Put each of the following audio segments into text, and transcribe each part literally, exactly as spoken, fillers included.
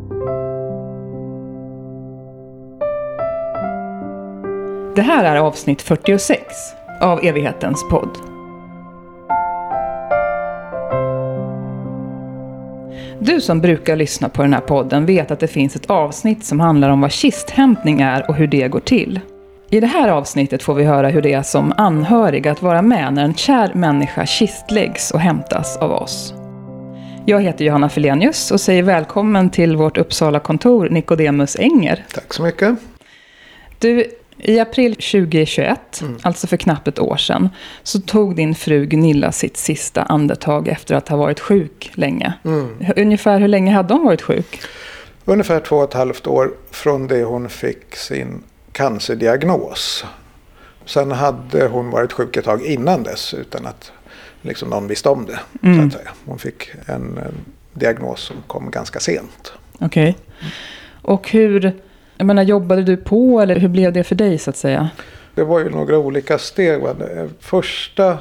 Det här är avsnitt fyrtiosex av Evighetens podd. Du som brukar lyssna på den här podden vet att det finns ett avsnitt som handlar om vad kisthämtning är och hur det går till. I det här avsnittet får vi höra hur det är som anhörig att vara med när en kär människa kistläggs och hämtas av oss. Jag heter Johanna Felenius och säger välkommen till vårt Uppsala-kontor Nicodemus Enger. Tack så mycket. Du, i april tjugohundratjugoett, mm. alltså för knappt ett år sedan, så tog din fru Gunilla sitt sista andetag efter att ha varit sjuk länge. Mm. Ungefär hur länge hade hon varit sjuk? Ungefär två och ett halvt år från det hon fick sin cancerdiagnos. Sen hade hon varit sjuk ett tag innan dess utan att liksom någon visste om det. Mm. Så att säga. Hon fick en, en diagnos som kom ganska sent. Okej. Okay. Och hur... Jag menar, jobbade du på eller hur blev det för dig så att säga? Det var ju några olika steg. Första,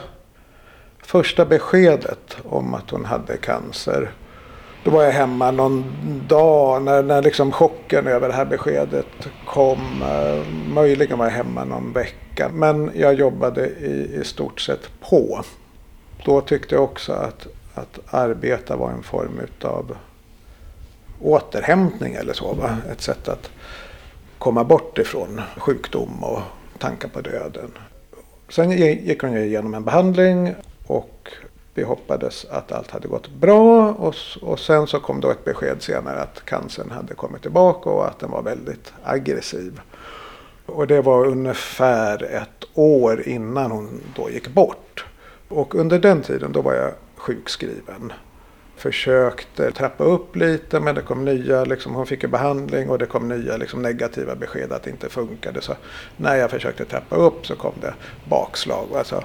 första beskedet om att hon hade cancer. Då var jag hemma någon dag när, när liksom chocken över det här beskedet kom. Möjligen var jag hemma någon vecka. Men jag jobbade i, i stort sett på. Då tyckte jag också att, att arbeta var en form av återhämtning eller så. Va? Ett sätt att komma bort ifrån sjukdom och tankar på döden. Sen gick hon igenom en behandling och vi hoppades att allt hade gått bra. Och, och sen så kom då ett besked senare att cancern hade kommit tillbaka och att den var väldigt aggressiv. Och det var ungefär ett år innan hon då gick bort. Och under den tiden då var jag sjukskriven. Försökte trappa upp lite men det kom nya, liksom, hon fick ju behandling och det kom nya liksom, negativa besked att det inte funkade. Så när jag försökte trappa upp så kom det bakslag. Alltså,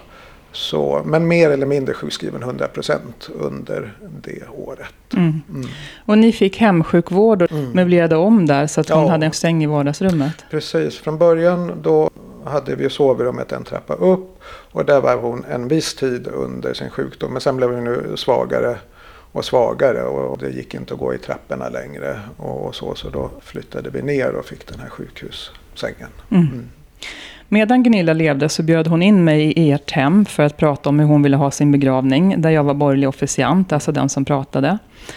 så, men mer eller mindre sjukskriven hundra procent under det året. Mm. Mm. Och ni fick hemsjukvård och mm. möblerade om där så att hon ja. hade en säng i vardagsrummet? Precis, från början då hade vi sovrummet en trappa upp och där var hon en viss tid under sin sjukdom. Men sen blev hon nu svagare och svagare och det gick inte att gå i trapporna längre och så, så då flyttade vi ner och fick den här sjukhussängen. Mm. Mm. Medan Gunilla levde så bjöd hon in mig i ert hem för att prata om hur hon ville ha sin begravning, där jag var borgerlig officiant, alltså den som pratade.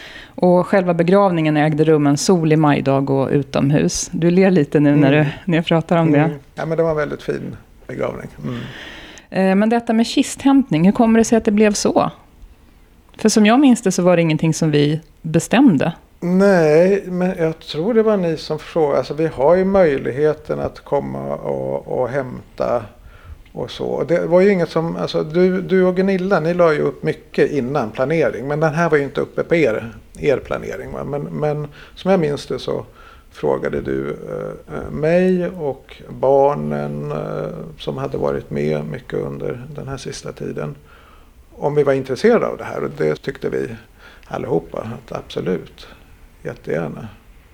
Och själva begravningen ägde rum en solig majdag och utomhus. Du ler lite nu mm. när, du, när jag pratar om mm. det. Ja, men det var en väldigt fin begravning. Mm. Eh, men detta med kisthämtning, hur kommer det sig att det blev så? För som jag minns det så var det ingenting som vi bestämde. Nej, men jag tror det var ni som frågade. Alltså vi har ju möjligheten att komma och, och hämta och så. Det var ju inget som, alltså du, du och Gunilla, ni la ju upp mycket innan planering. Men den här var ju inte uppe på er, er planering. Va? Men, men som jag minns det så frågade du eh, mig och barnen eh, som hade varit med mycket under den här sista tiden. Om vi var intresserade av det här och det tyckte vi allihopa att absolut, jättegärna.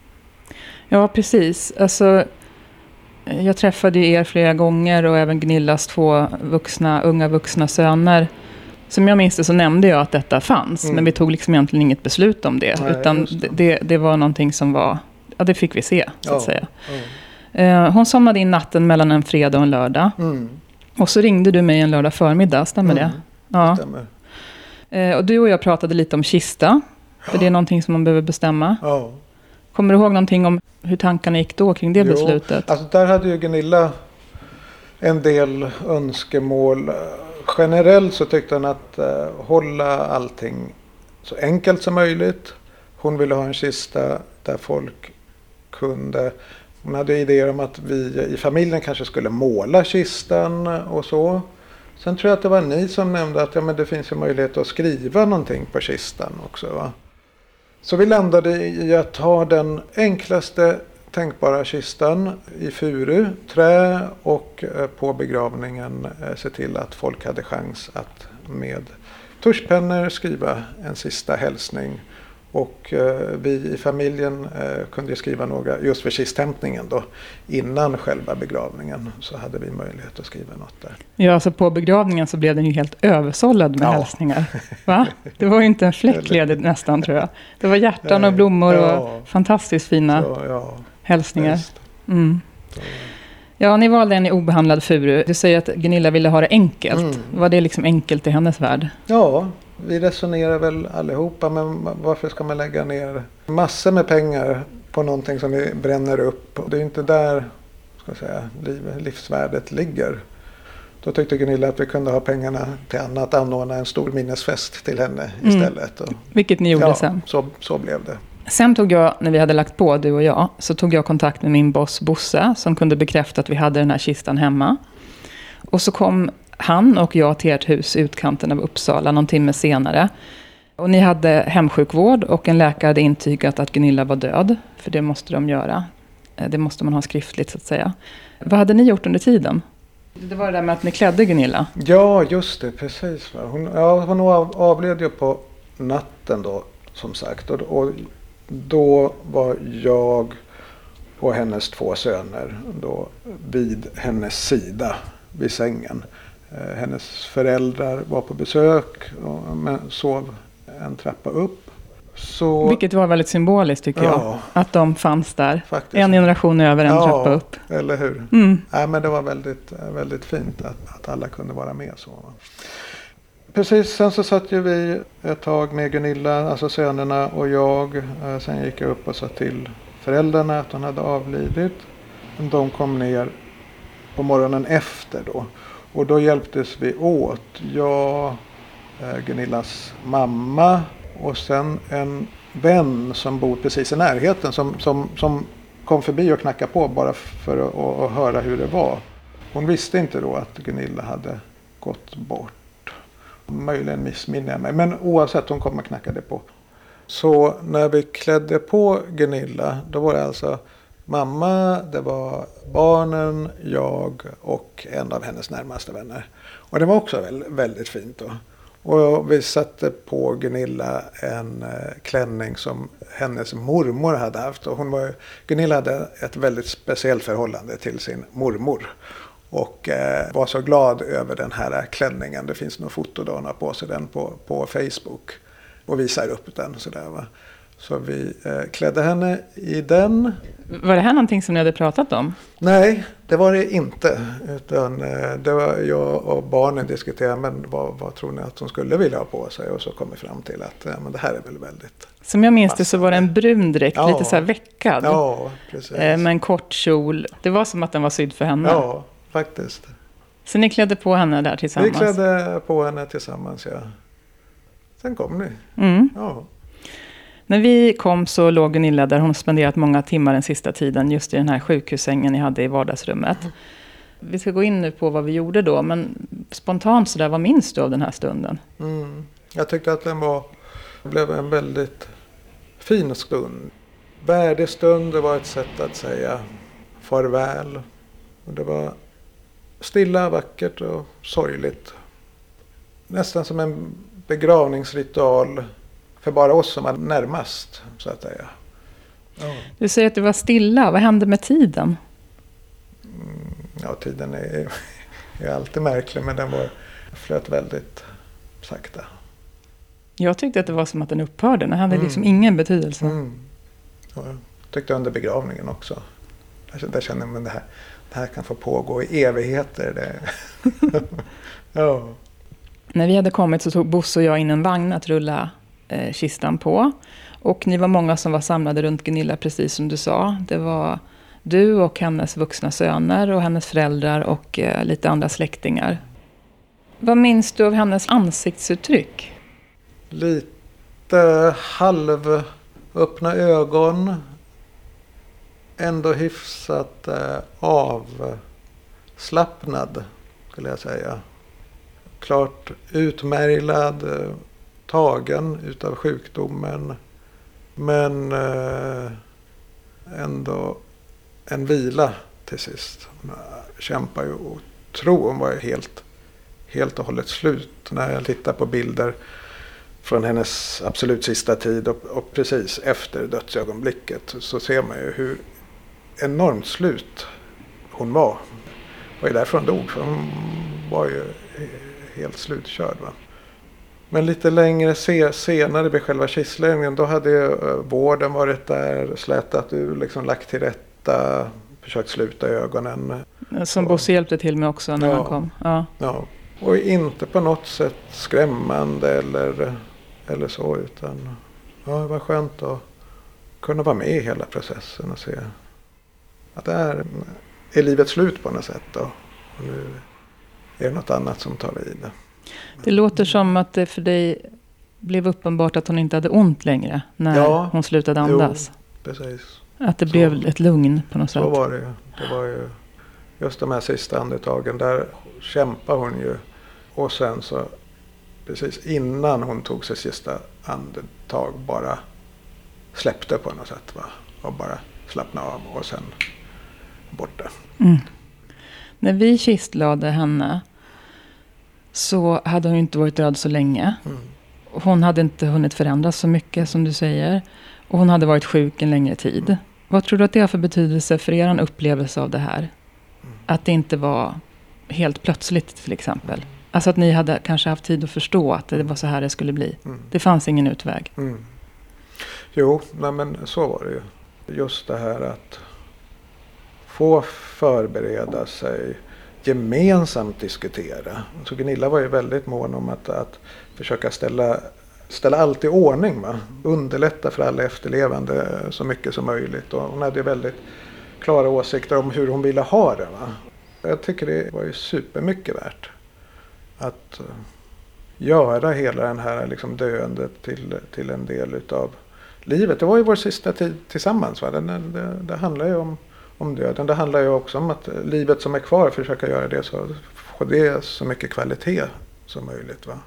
Ja, precis. Alltså, jag träffade ju er flera gånger och även Gunillas två vuxna, unga vuxna söner. Som jag minns det så nämnde jag att detta fanns, mm. men vi tog liksom egentligen inget beslut om det. Nej, utan det. Det, det var någonting som var, ja det fick vi se så att ja, säga. Ja. Hon somnade in natten mellan en fredag och en lördag. Mm. Och så ringde du mig en lördag förmiddag, stämmer mm. det? Ja. Eh, och du och jag pratade lite om kista. För ja. det är någonting som man behöver bestämma. Ja. Kommer du ihåg någonting om hur tankarna gick då kring det jo, beslutet? Alltså där hade ju Gunilla en del önskemål. Generellt så tyckte hon att eh, hålla allting så enkelt som möjligt. Hon ville ha en kista där folk kunde... Hon hade idéer om att vi i familjen kanske skulle måla kistan och så. Sen tror jag att det var ni som nämnde att ja, men det finns ju möjlighet att skriva någonting på kistan också. Va? Så vi landade i att ha den enklaste tänkbara kistan i furu, trä och på begravningen se till att folk hade chans att med tuschpennor skriva en sista hälsning Och eh, vi i familjen eh, kunde skriva några, just för kisthämtningen då, innan själva begravningen så hade vi möjlighet att skriva något där. Ja, alltså på begravningen så blev den ju helt översållad med Ja. hälsningar. Va? Det var ju inte en fläck ledig nästan, tror jag. Det var hjärtan och blommor Ja. och fantastiskt fina Så, ja, hälsningar. visst. Mm. Så, Ja, ni valde en obehandlad furu. Du säger att Gunilla ville ha det enkelt. Mm. Var det liksom enkelt i hennes värld? ja, vi resonerar väl allihopa, men varför ska man lägga ner massor med pengar på någonting som vi bränner upp? Det är inte där, ska jag säga, liv, livsvärdet ligger. Då tyckte Gunilla att vi kunde ha pengarna till annat, anordna en stor minnesfest till henne Mm. istället. Och, Vilket ni gjorde ja, sen. så, så blev det. Sen tog jag, när vi hade lagt på, du och jag, så tog jag kontakt med min boss Bosse, som kunde bekräfta att vi hade den här kistan hemma. Och så kom han och jag till ert hus i utkanten av Uppsala någon timme senare. Och ni hade hemsjukvård och en läkare hade intygat att Gunilla var död. För det måste de göra. Det måste man ha skriftligt så att säga. Vad hade ni gjort under tiden? Det var det där med att ni klädde Gunilla. Ja, just det, precis. Va? Hon, ja, hon av, avled ju på natten då, som sagt. Och, och då var jag och hennes två söner då vid hennes sida vid sängen. Eh, hennes föräldrar var på besök och men, sov en trappa upp. Så, Vilket var väldigt symboliskt tycker jag. Ja. Att de fanns där. faktiskt, En generation över, en ja, trappa upp. eller hur? Mm. Nej, men det var väldigt, väldigt fint att, att alla kunde vara med. Så. Precis, sen så satt ju vi ett tag med Gunilla, alltså sönerna och jag. Sen gick jag upp och sa till föräldrarna att hon hade avlidit. De kom ner på morgonen efter då. Och då hjälptes vi åt. Jag, Gunillas mamma och sen en vän som bor precis i närheten som, som, som kom förbi och knackade på bara för att, att, att höra hur det var. Hon visste inte då att Gunilla hade gått bort. Möjligen missminner jag mig, men oavsett, hon kom och knackade på. Så när vi klädde på Gunilla, då var det alltså mamma, det var barnen, jag och en av hennes närmaste vänner. Och det var också väldigt fint då. Och vi satte på Gunilla en klänning som hennes mormor hade haft. Och hon var, Gunilla hade ett väldigt speciellt förhållande till sin mormor. Och eh, var så glad över den här klänningen. Det finns några foto då hon har på sig den på, på Facebook. Och visar upp den sådär va. Så vi eh, klädde henne i den. Var det här någonting som ni hade pratat om? Nej, det var det inte. Utan eh, det var jag och barnen diskuterade. Men vad, vad tror ni att hon skulle vilja ha på sig? Och så kom vi fram till att ja, men det här är väl väldigt... Som jag minns det så var det en brun dräkt, Ja. lite så här veckad. Ja, precis. Eh, med en kort kjol. Det var som att den var sydd för henne. Ja, faktiskt. Så ni klädde på henne där tillsammans? Vi klädde på henne tillsammans, ja. Sen kom ni. Mm. Ja. När vi kom så låg Gunilla där hon spenderat många timmar den sista tiden just i den här sjukhussängen ni hade i vardagsrummet. Mm. Vi ska gå in nu på vad vi gjorde då, men spontant så där, vad minns du av den här stunden? Mm. Jag tyckte att den var, blev en väldigt fin stund. Värdig stund, det var ett sätt att säga farväl. Och det var stilla, vackert och sorgligt. Nästan som en begravningsritual för bara oss som var närmast, så att säga. Ja, Du säger att det var stilla. Vad hände med tiden? mm, ja tiden är, är alltid märklig, men den var, flöt väldigt sakta. Jag tyckte att det var som att den upphörde. Den hade Mm. liksom ingen betydelse. Mm. Och jag tyckte under begravningen också. Där, där känner man det här, det här kan få pågå i evigheter. Det. Ja. När vi hade kommit så tog Bosse och jag in en vagn att rulla eh, kistan på. Och ni var många som var samlade runt Gunilla, precis som du sa. Det var du och hennes vuxna söner och hennes föräldrar och eh, lite andra släktingar. Vad minns du av hennes ansiktsuttryck? Lite halv öppna ögon. Ändå hyfsat eh, avslappnad, skulle jag säga. Klart utmärglad, eh, tagen utav sjukdomen. Men eh, ändå en vila till sist. Hon kämpar ju och tror hon var helt, helt och hållet slut. När jag tittar på bilder från hennes absolut sista tid och, och precis efter dödsögonblicket så ser man ju hur enormt slut hon var. Det var ju därför hon dog, för hon var ju helt slutkörd. Va? Men lite längre se, senare vid själva kistläggningen, då hade ju vården varit där, slätat ur, liksom lagt till rätta, försökt sluta ögonen. Som Bosse hjälpte till med också när ja, han kom. Ja. Ja. Och inte på något sätt skrämmande eller, eller så, utan ja, det var skönt att kunna vara med i hela processen och se att det är, är livet slut på något sätt då. Och nu är det något annat som tar vid. Det låter som att det för dig blev uppenbart att hon inte hade ont längre när ja, hon slutade andas. Jo, precis. Att det så, blev ett lugn på något sätt. Så var det ju. Det var ju just de här sista andetagen, där kämpar hon ju. Och sen så precis innan hon tog sig sista andetag bara släppte på något sätt. Va? Och bara slappna av och sen borta. Mm. När vi kistlade henne så hade hon inte varit död så länge. Mm. Hon hade inte hunnit förändras så mycket som du säger. Och hon hade varit sjuk en längre tid. Mm. Vad tror du att det har för betydelse för er upplevelse av det här? Mm. Att det inte var helt plötsligt till exempel. Mm. Alltså att ni hade kanske haft tid att förstå att det var så här det skulle bli. Mm. Det fanns ingen utväg. Mm. Jo, nej men så var det ju. Just det här att få förbereda sig, gemensamt diskutera. Så Gunilla var ju väldigt mån om att, att försöka ställa, ställa allt i ordning. Va? Underlätta för alla efterlevande så mycket som möjligt. Och hon hade ju väldigt klara åsikter om hur hon ville ha det. Va? Jag tycker det var ju supermycket värt att uh, göra hela den här liksom, döendet till, till en del utav livet. Det var ju vår sista tid tillsammans. Va? Det, det, det handlar ju om om döden. Det handlar ju också om att livet som är kvar försöka göra det så får det så mycket kvalitet som möjligt. Va?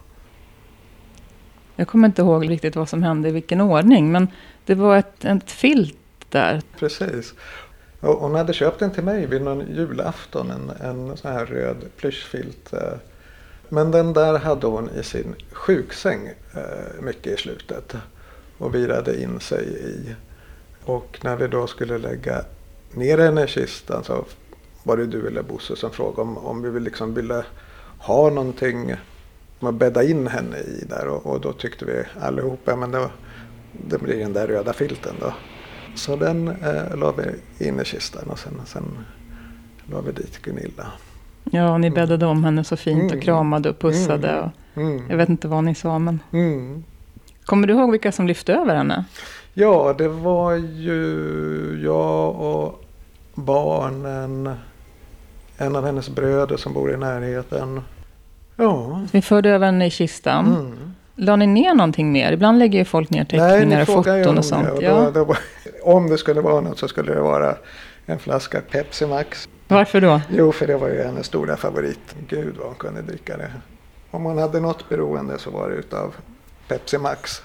Jag kommer inte ihåg riktigt vad som hände i vilken ordning, men det var ett, ett filt där. Precis. Och hon hade köpt den till mig vid någon julafton, en, en sån här röd plyschfilt. Men den där hade hon i sin sjuksäng mycket i slutet och virade in sig i. Och när vi då skulle lägga ner henne i kistan så var det du eller Bosse som frågade om, om vi liksom ville ha någonting att bädda in henne i där. Och, och då tyckte vi allihopa, men det, var, det blir den där röda filten då. Så den eh, la vi in i kistan och sen, sen la vi dit Gunilla. Ja, ni bäddade om henne så fint mm. och kramade och pussade. Mm. Och mm. Jag vet inte vad ni sa, men... Mm. Kommer du ihåg vilka som lyfte över henne? Ja, det var ju jag och barnen, en av hennes bröder som bor i närheten. Ja. Vi förde över henne i kistan. Mm. La ni ner någonting mer? Ibland lägger ju folk ner teckningar Nej, och foton och sånt. Och ja. då, då var, om det skulle vara något så skulle det vara en flaska Pepsi Max. Varför då? Jo, för det var ju hennes stora favorit. Gud vad hon kunde dricka det. Om hon hade något beroende så var det utav Pepsi Max.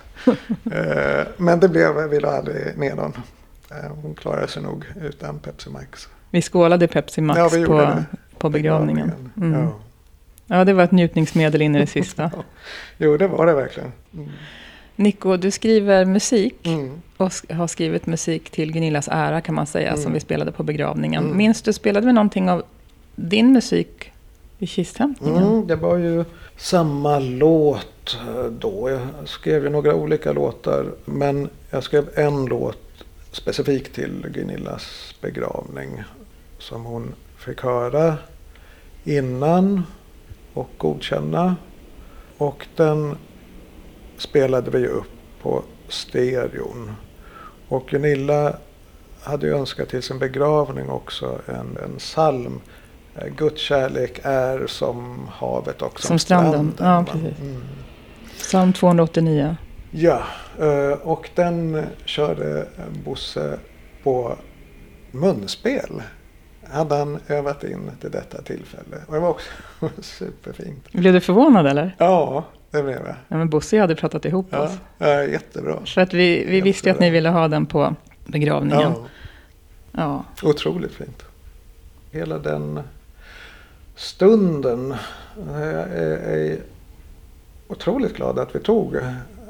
Men det blev, vi la aldrig ner någon. Hon klarade sig nog utan Pepsi Max. Vi skålade Pepsi Max ja, på, på begravningen. Mm. Ja. ja, det var ett njutningsmedel in i det sista. Jo, det var det verkligen. Mm. Nico, du skriver musik mm. och har skrivit musik till Gunillas ära kan man säga, mm. som vi spelade på begravningen. Mm. Minns du, spelade vi någonting av din musik vid kisthämtningen? Mm, det var ju samma låt då. Jag skrev ju några olika låtar, men jag skrev en låt specifikt till Gunillas begravning som hon fick höra innan och godkänna. Och den spelade vi upp på stereon. Och Gunilla hade ju önskat till sin begravning också en, en psalm. Guds kärlek är som havet och som, som stranden. stranden. Ja, precis. Mm. Psalm tvåhundraåttionio. Ja, och den körde Bosse på munspel. Hade han övat in till detta tillfälle. Och det var också superfint. Blev du förvånad eller? Ja, det blev jag. Ja, men Bosse hade pratat ihop ja, oss. Ja, jättebra. För att vi, vi visste att ni ville ha den på begravningen. Ja. Ja. Otroligt fint. Hela den stunden. Jag är, är otroligt glad att vi tog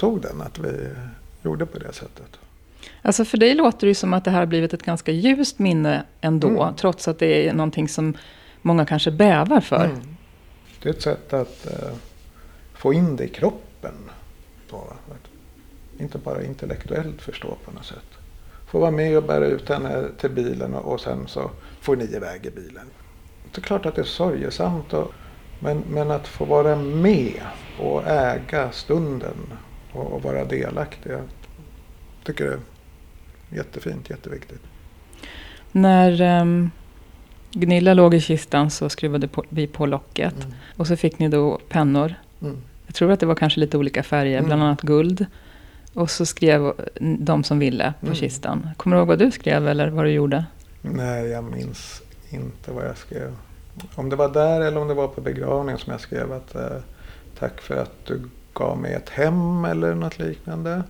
mottog den, att vi gjorde på det sättet. Alltså för dig låter det ju som att det här har blivit ett ganska ljust minne ändå, mm. trots att det är någonting som många kanske bävar för. Mm. Det är ett sätt att uh, få in det i kroppen. Då, att inte bara intellektuellt förstå på något sätt. Få vara med och bära ut henne till bilen och, och sen så får ni iväg i bilen. Det är klart att det är sorgesamt, och, men, men att få vara med och äga stunden och, och vara delaktig. Jag tycker det är jättefint, jätteviktigt. När um, Gunilla låg i kistan så skruvade på, vi på locket. Mm. Och så fick ni då pennor. Mm. Jag tror att det var kanske lite olika färger, mm. bland annat guld. Och så skrev de som ville på mm. kistan. Kommer du ihåg vad du skrev eller vad du gjorde? Nej, jag minns inte vad jag skrev. Om det var där eller om det var på begravningen som jag skrev att eh, tack för att du gav mig ett hem eller något liknande.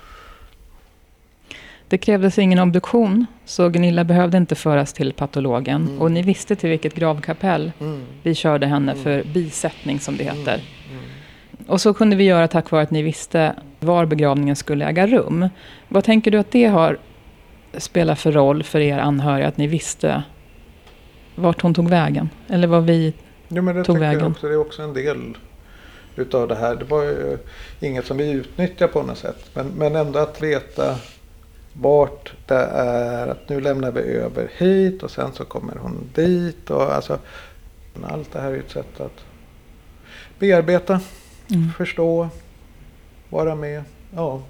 Det krävdes ingen obduktion, så Gunilla behövde inte föras till patologen. Mm. Och ni visste till vilket gravkapell mm. vi körde henne mm. för bisättning, som det heter. Mm. Mm. Och så kunde vi göra tack vare att ni visste var begravningen skulle äga rum. Vad tänker du att det har spelat för roll för er anhöriga, att ni visste vart hon tog vägen? Eller vad vi jo, men det tog vägen? Jag också, det är också en del utav det här. Det var ju inget som vi utnyttjar på något sätt. Men, men ändå att veta vart det är, att nu lämnar vi över hit och sen så kommer hon dit. Och alltså, allt det här är ett sätt att bearbeta, mm. förstå, vara med. Ja.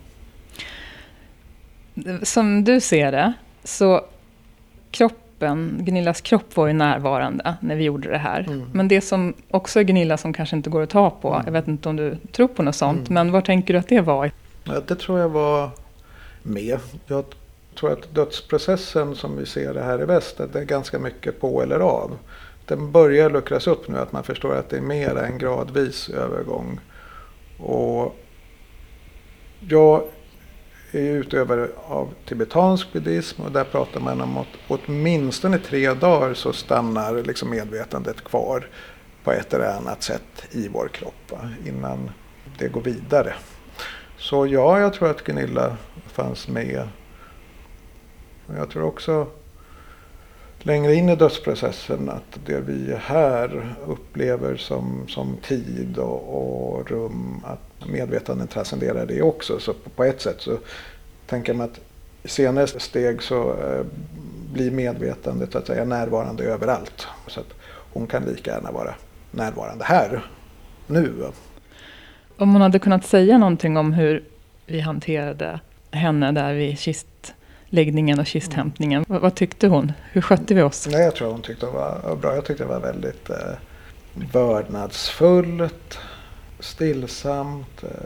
Som du ser det, så kroppen, Gunillas kropp var ju närvarande när vi gjorde det här. Mm. Men det som också är Gunilla som kanske inte går att ta på, mm. jag vet inte om du tror på något sånt, mm. men vad tänker du att det var? Ja, det tror jag var med. Jag tror att dödsprocessen som vi ser det här i väst, det är ganska mycket på eller av. Den börjar luckras upp nu, att man förstår att det är mer en gradvis övergång. Och jag är utövare av tibetansk buddhism, och där pratar man om att åtminstone tre dagar så stannar liksom medvetandet kvar på ett eller annat sätt i vår kropp, va, innan det går vidare. Så ja, jag tror att Gunilla fanns med. Och jag tror också längre in i dödsprocessen att det vi här upplever som, som tid och, och rum, att medvetandet transcenderar det också. Så på, på ett sätt så tänker man att i senare steg så eh, blir medvetandet så att säga närvarande överallt. Så att hon kan lika gärna vara närvarande här, nu. Om hon hade kunnat säga någonting om hur vi hanterade henne där vid kistläggningen och kisthämtningen. Mm. Vad, vad tyckte hon? Hur skötte vi oss? Nej, jag tror hon tyckte det var bra. Jag tyckte det var väldigt eh, vördnadsfullt, stillsamt, eh,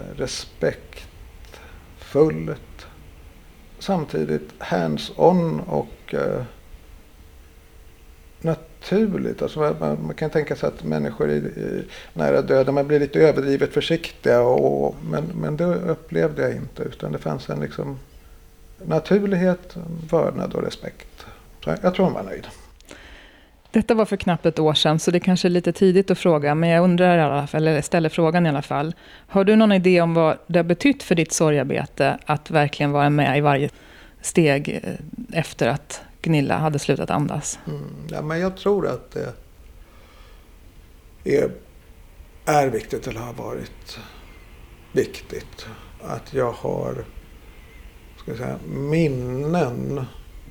respektfullt. Samtidigt hands-on och eh, naturligt. Alltså man, man kan tänka sig att människor i, i nära döden, man blir lite överdrivet försiktiga. Och, och, men, men det upplevde jag inte. Utan det fanns en liksom naturlighet, vördnad och respekt. Så jag tror hon var nöjd. Detta var för knappt ett år sedan, så det kanske är lite tidigt att fråga. Men jag undrar i alla fall, eller ställer frågan i alla fall. Har du någon idé om vad det har betytt för ditt sorgarbete att verkligen vara med i varje steg efter att Gunilla hade slutat andas? Mm, ja, men jag tror att det är, är viktigt, eller har varit viktigt, att jag har, ska jag säga, minnen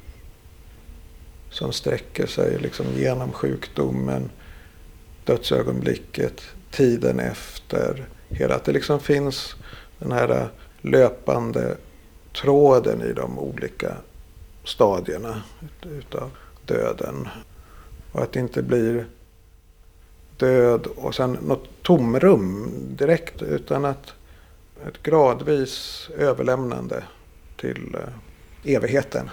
som sträcker sig liksom genom sjukdomen, dödsögonblicket, tiden efter. Hela, att det liksom finns den här löpande tråden i de olika stadierna utav döden. Och att det inte blir död och sen något tomrum direkt, utan att ett gradvis överlämnande till evigheten.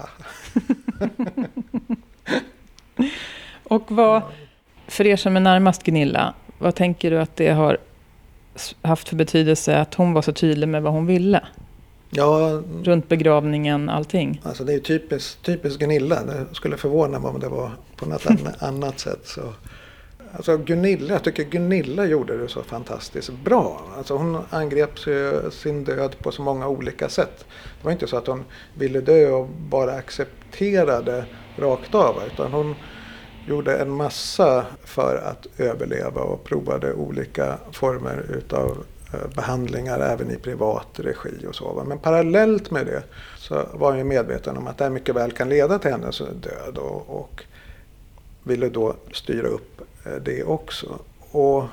Och vad, för er som är närmast Gunilla, vad tänker du att det har haft för betydelse att hon var så tydlig med vad hon ville? Ja, runt begravningen, allting. Alltså det är ju typiskt, typiskt Gunilla. Det skulle förvåna mig om det var på något annat sätt. Så Alltså Gunilla, jag tycker Gunilla gjorde det så fantastiskt bra. Alltså hon angrep sin död på så många olika sätt. Det var inte så att hon ville dö och bara accepterade rakt av, utan hon gjorde en massa för att överleva och provade olika former utav behandlingar även i privat regi och så. Men parallellt med det så var jag medveten om att det här mycket väl kan leda till hennes död och, och ville då styra upp det också. Och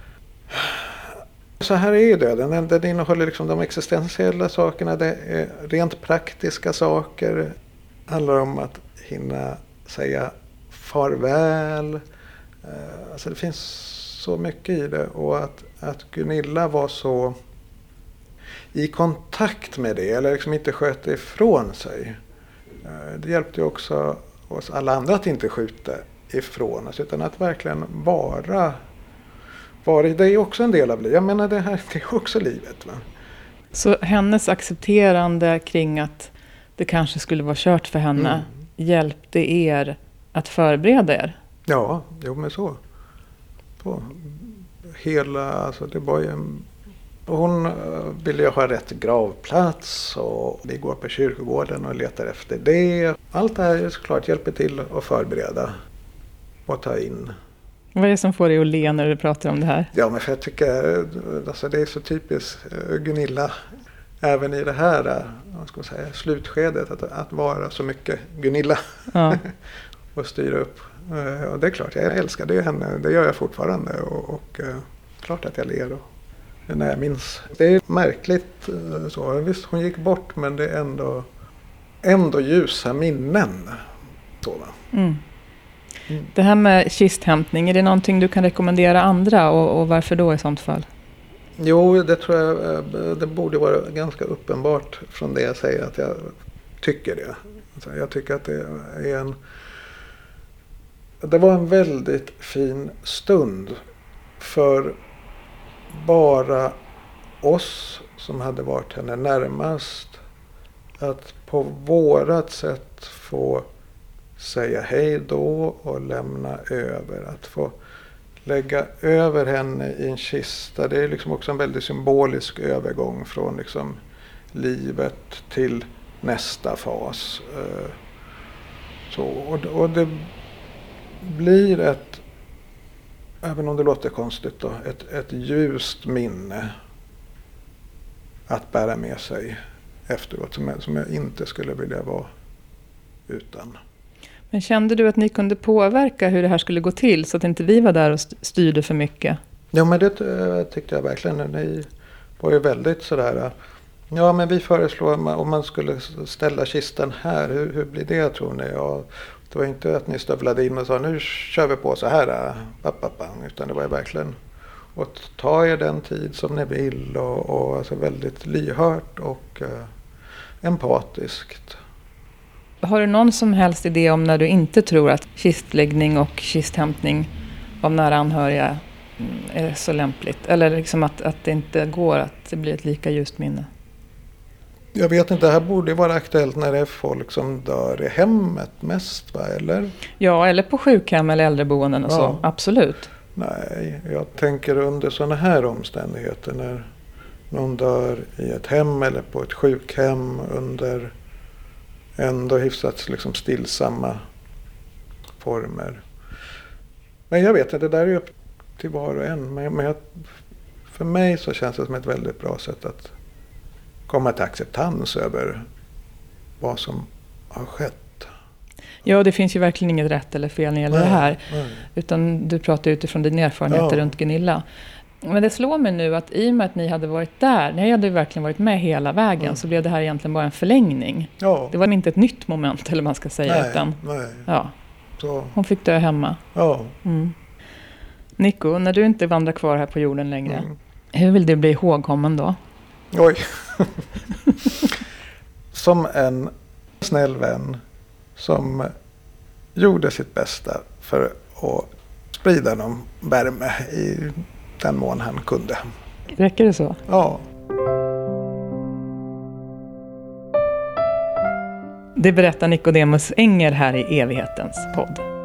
så här är ju döden. Den, den innehåller liksom de existentiella sakerna, det är rent praktiska saker. Det handlar om att hinna säga farväl. Alltså det finns så mycket i det, och att, att Gunilla var så i kontakt med det, eller liksom inte sköt ifrån sig. Det hjälpte ju också oss alla andra att inte skjuta ifrån oss, utan att verkligen vara, vara det är också en del av livet. Jag menar, det här det är också livet. Va? Så hennes accepterande kring att det kanske skulle vara kört för henne mm. hjälpte er att förbereda er? Ja, jo men så. På hela, alltså det var ju en, hon ville ju ha rätt gravplats och vi går på kyrkogården och letar efter det. Allt det här är såklart hjälper till att förbereda och ta in. Vad är det som får dig att le när du pratar om det här? Ja, men för jag tycker alltså det är så typiskt Gunilla även i det här vad ska man säga, slutskedet att, att vara så mycket Gunilla ja. och styra upp. Och det är klart, jag älskade ju henne, det gör jag fortfarande och, och klart att jag ler och, när jag minns. Det är märkligt så, visst hon gick bort men det är ändå, ändå ljusa minnen. Så, va? Mm. Mm. Det här med kisthämtning, är det någonting du kan rekommendera andra och, och varför då i sånt fall? Jo, det tror jag det borde vara ganska uppenbart från det jag säger att jag tycker det. Alltså, jag tycker att det är en det var en väldigt fin stund för bara oss som hade varit henne närmast att på vårat sätt få säga hej då och lämna över. Att få lägga över henne i en kista. Det är liksom också en väldigt symbolisk övergång från liksom livet till nästa fas. Så, och, och det blir ett, även om det låter konstigt då, ett, ett ljust minne att bära med sig efteråt som jag, som jag inte skulle vilja vara utan. Men kände du att ni kunde påverka hur det här skulle gå till så att inte vi var där och styrde för mycket? Ja, men det tyckte jag verkligen. Ni var ju väldigt sådär, ja men vi föreslår om man skulle ställa kistan här, hur, hur blir det tror ni? Ja, det var inte att ni stövlade in och sa nu kör vi på så här, utan det var ju verkligen att ta er den tid som ni vill och, och alltså väldigt lyhört och uh, empatiskt. Har du någon som helst idé om när du inte tror att kistläggning och kisthämtning av nära anhöriga är så lämpligt? Eller liksom att, att det inte går att det blir ett lika ljust minne? Jag vet inte, det här borde vara aktuellt när det är folk som dör i hemmet mest, va? Eller? Ja, eller på sjukhem eller äldreboenden och ja. så, absolut. Nej, jag tänker under sådana här omständigheter när någon dör i ett hem eller på ett sjukhem under ändå hyfsat liksom stillsamma former. Men jag vet att det där är upp till var och en. Men, men jag, för mig så känns det som ett väldigt bra sätt att komma till acceptans över vad som har skett. Ja, det finns ju verkligen inget rätt eller fel när det gäller nej, det här. Nej. Utan du pratar utifrån dina erfarenheter ja. runt Gunilla. Men det slår mig nu att i och med att ni hade varit där, ni hade verkligen varit med hela vägen, mm. så blev det här egentligen bara en förlängning. Ja. Det var inte ett nytt moment, eller man ska säga. Nej, utan, nej. Ja. Så. Hon fick dö hemma. Ja. Mm. Nico, när du inte vandrar kvar här på jorden längre, mm. hur vill du bli ihågkommen då? Oj. Som en snäll vän som gjorde sitt bästa för att sprida någon värme i den mån han kunde. Räcker det så? Ja. Det berättar Nicodemus Enger här i Evighetens podd.